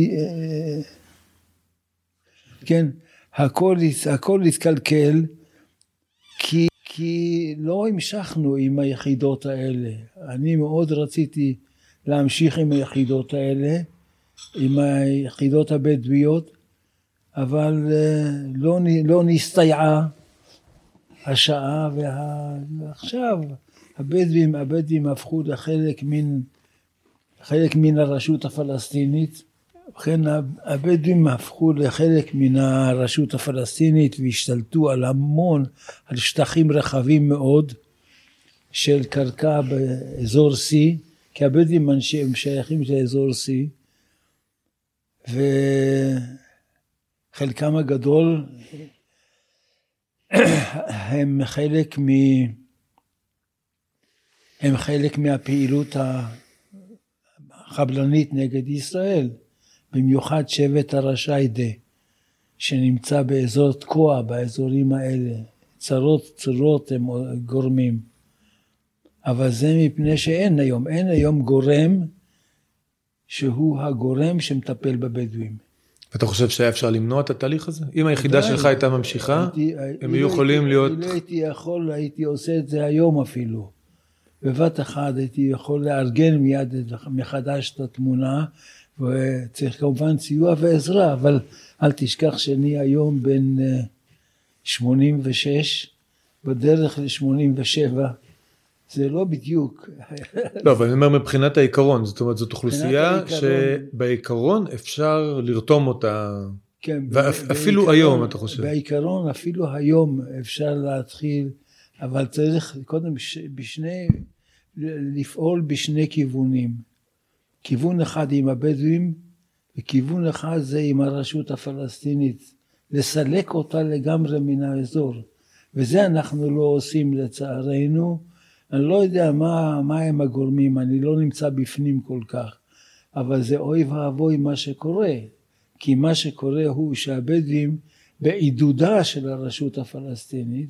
כן, הכל, הכל התקלקל, כי, כי לא המשכנו עם היחידות האלה. אני מאוד רציתי להמשיך עם היחידות האלה, עם היחידות הבדואיות, אבל לא, לא נסתייעה השעה, ועכשיו הבדואים, הבדואים הפכו לחלק מן, חלק מן הרשות הפלסטינית, וכן הבדואים הפכו לחלק מן הרשות הפלסטינית, והשתלטו על המון, על שטחים רחבים מאוד, של קרקע באזור C, כי הבדואים הם שייכים לאזור C, וחלקם הגדול, הם חלק מ... הם חלק מהפעילות החבלנית נגד ישראל, במיוחד שבט הרשיידה, שנמצא באזור תקוע, באזורים האלה. צרות צורות הם גורמים. אבל זה מפני שאין היום, אין היום גורם שהוא הגורם שמטפל בבדואים.
אתה חושב שהיה אפשר למנוע את התהליך הזה? אם היחידה שלך הייתה ממשיכה, הם היו יכולים להיות...
אם הייתי יכול, הייתי עושה את זה היום אפילו. בבת אחד הייתי יכול לארגן מיד מחדש את התמונה, וצריך כמובן סיוע ועזרה, אבל אל תשכח שאני היום בן שמונים ושש, בדרך ל-שמונים ושבע, זה לא בדיוק.
לא, אבל אני אומר מבחינת העיקרון, זאת אומרת, זאת אוכלוסייה שבעיקרון אפשר לרתום אותה,
כן,
ואפילו
בעיקרון,
היום, אתה חושב.
בעיקרון, אפילו היום אפשר להתחיל, אבל צריך קודם בשני, לפעול בשני כיוונים. כיוון אחד עם הבדואים, וכיוון אחד זה עם הרשות הפלסטינית, לסלק אותה לגמרי מן האזור. וזה אנחנו לא עושים לצערנו. אני לא יודע מה, מה הם הגורמים, אני לא נמצא בפנים כל כך. אבל זה אוי ואבוי מה שקורה. כי מה שקורה הוא שהבדואים בעידודה של הרשות הפלסטינית,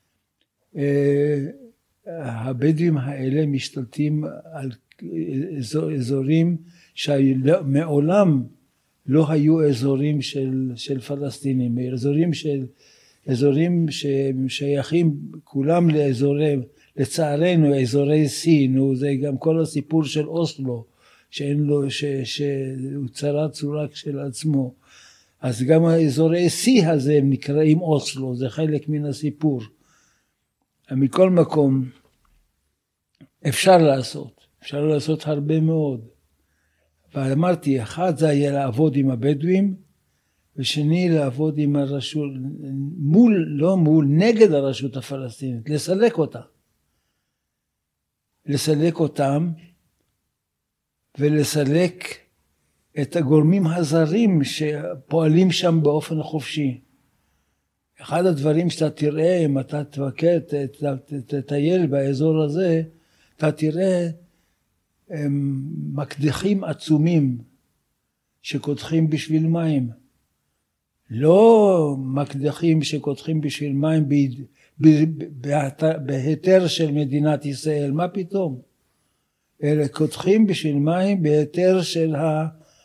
הבדואים האלה משתלטים על אזור, אזורים שמעולם לא היו אזורים של, של פלסטינים, אזורים, של, אזורים ששייכים כולם לאזורי, לצערנו אזורי C, נו, זה גם כל הסיפור של אוסלו, שאין לו, ש, שהוא צרה צורה של עצמו. אז גם האזורי C הזה הם נקראים אוסלו, זה חלק מן הסיפור. מכל מקום אפשר לעשות, אפשר לעשות הרבה מאוד. אבל אמרתי, אחד זה היה לעבוד עם הבדואים, ושני לעבוד עם הרשות, מול, לא מול, נגד הרשות הפלסטינית, לסלק אותה. לסלק אותם, ולסלק את הגורמים הזרים שפועלים שם באופן חופשי. אחד הדברים שאתה תראה, אם אתה תבקר, תטייל באזור הזה, אתה תראה מקדחים עצומים שקודחים בשביל מים. לא מקדחים שקודחים בשביל מים בהיתר של מדינת ישראל, מה פתאום? אלא קודחים בשביל מים בהיתר של ה...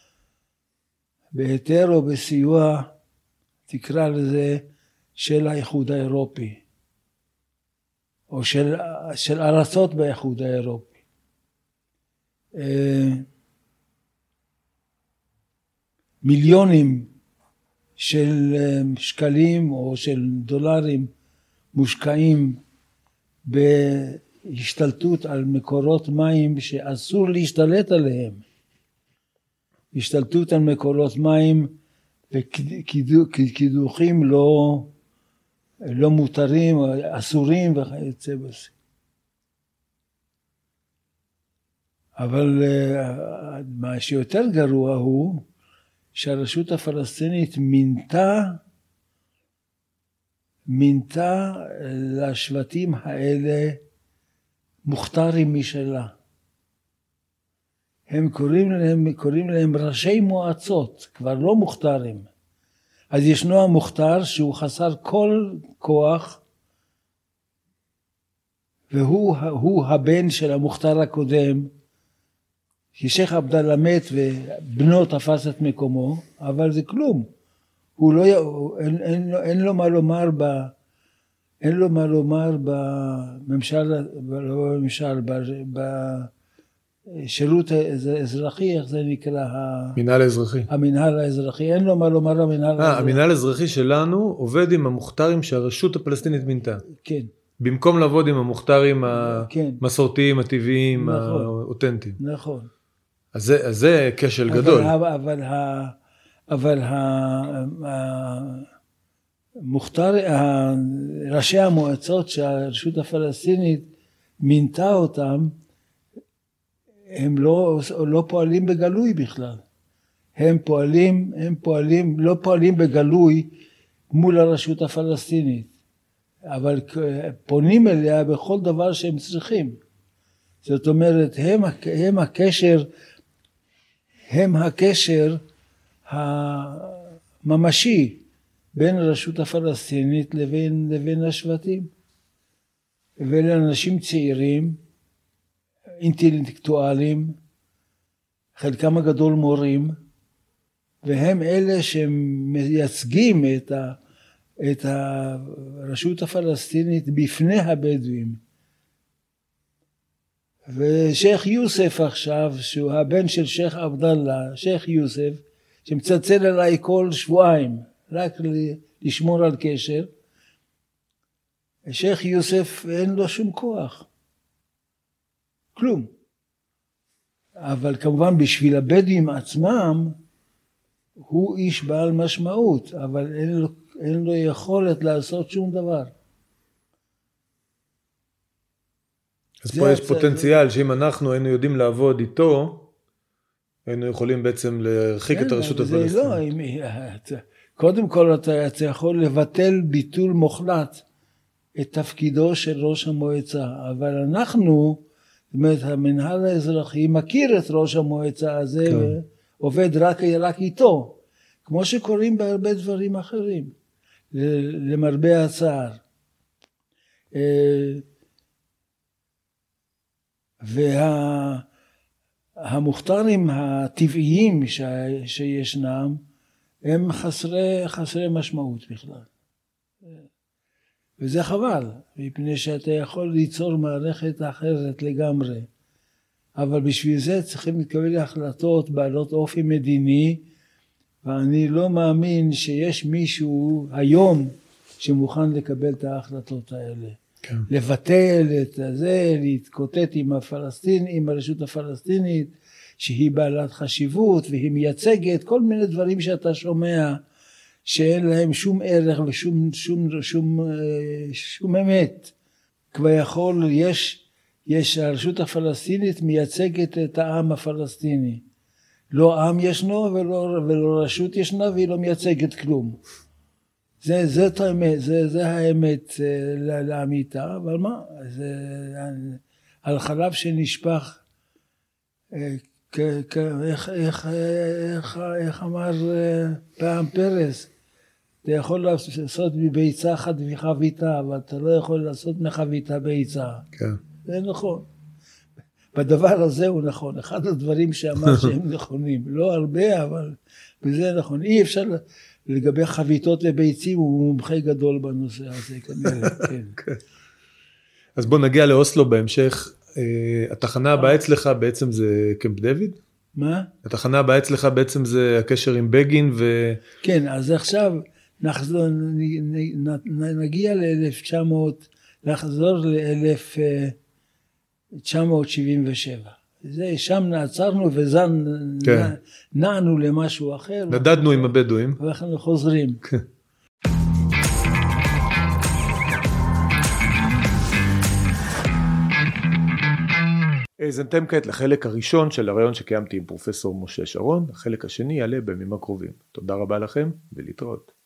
בהיתר או בסיוע, תקרא לזה, של האיחוד האירופי, או של, של ארצות באיחוד האירופי. מיליונים של שקלים או של דולרים מושקעים בהשתלטות על מקורות מים שאסור להשתלט עליהם. השתלטות על מקורות מים וקידוחים לא, לא מותרים, אסורים וכיוצא בזה. אבל מה שיותר גרוע הוא שהרשות הפלסטינית מינתה, מינתה לשבטים האלה מוכתרים משלה. הם קוראים להם, קוראים להם ראשי מועצות, כבר לא מוכתרים. אז ישנו המוכתר שהוא חסר כל כוח, והוא הוא הבן של המוכתר הקודם, ששייח עבדאללה מת ובנו תפס את מקומו, אבל זה כלום. הוא לא, אין, אין, לו, אין לו מה לומר ב, אין לו מה לומר בממשל, לא בממשל, בשירות האזרחי, איך זה נקרא?
מנהל האזרחי.
המנהל האזרחי, אין לו מה לומר המנהל האזרחי.
המנהל האזרחי שלנו עובד עם המוכתרים שהרשות הפלסטינית מינתה.
כן.
במקום לעבוד עם המוכתרים המסורתיים, הטבעיים, האותנטיים.
נכון.
אז זה, אז זה כשל גדול.
אבל, אבל המוכתר, ראשי המועצות שהרשות הפלסטינית מינתה אותם, הם לא, לא פועלים בגלוי בכלל. הם פועלים, הם פועלים, לא פועלים בגלוי מול הרשות הפלסטינית. אבל פונים אליה בכל דבר שהם צריכים. זאת אומרת, הם, הם הקשר, הם הקשר הממשי בין הרשות הפלסטינית לבין, לבין השבטים. ואלה אנשים צעירים, אינטלקטואלים, חלקם הגדול מורים, והם אלה שמייצגים את ה... את הרשות הפלסטינית בפני הבדואים. ושייח יוסף עכשיו, שהוא הבן של שייח עבדאללה, שייח יוסף, שמצלצל אליי כל שבועיים, רק לשמור על קשר, שייך יוסף אין לו שום כוח. כלום. אבל כמובן בשביל הבדואים עצמם, הוא איש בעל משמעות, אבל אין לו, אין לו יכולת לעשות שום דבר.
אז פה יש פוטנציאל שאם אנחנו היינו יודעים לעבוד איתו, היינו יכולים בעצם להרחיק את הרשות הפלסטינית.
לא, קודם כל אתה, אתה יכול לבטל ביטול מוחלט את תפקידו של ראש המועצה, אבל אנחנו, זאת אומרת, המנהל האזרחי מכיר את ראש המועצה הזה, כן. ועובד רק, רק איתו, כמו שקוראים בהרבה דברים אחרים, למרבה הצער. והמוכתרים הטבעיים שישנם, הם חסרי, חסרי משמעות בכלל. וזה חבל, מפני שאתה יכול ליצור מערכת אחרת לגמרי. אבל בשביל זה צריכים לקבל החלטות בעלות אופי מדיני, ואני לא מאמין שיש מישהו היום שמוכן לקבל את ההחלטות האלה. כן. לבטל את זה, להתקוטט עם הפלסטין, עם הרשות הפלסטינית, שהיא בעלת חשיבות, והיא מייצגת כל מיני דברים שאתה שומע, שאין להם שום ערך ושום שום, שום, שום אמת. כבר יכול, יש, יש הרשות הפלסטינית מייצגת את העם הפלסטיני. לא עם ישנו ולא, ולא רשות ישנה, והיא לא מייצגת כלום. זה, זה, האמת, זה, זה האמת לאמיתה, אבל מה? זה, על חלב שנשפך, איך, איך, איך, איך אמר פעם פרס, אתה יכול לעשות מביצה אחת וחביתה, אבל אתה לא יכול לעשות מחביתה ביצה. כן. זה נכון. בדבר הזה הוא נכון. אחד הדברים שאמר שהם נכונים. לא הרבה, אבל בזה נכון. אי אפשר לגבי חביתות וביצים, הוא מומחה גדול בנושא הזה. כנראה, כן.
אז בוא נגיע לאוסלו בהמשך. התחנה הבאה אצלך בעצם זה קמפ דיוויד?
מה?
התחנה הבאה אצלך בעצם זה הקשר עם בגין ו...
כן, אז עכשיו נחזור, נגיע ל-אלף תשע מאות, נחזור ל-אלף תשע מאות שבעים ושבע. זה, שם נעצרנו וזן, כן. נענו למשהו אחר.
נדדנו עם הבדואים.
ואנחנו חוזרים. כן.
האזנתם כעת לחלק הראשון של הרעיון שקיימתי עם פרופסור משה שרון, החלק השני יעלה בימים הקרובים. תודה רבה לכם ולהתראות.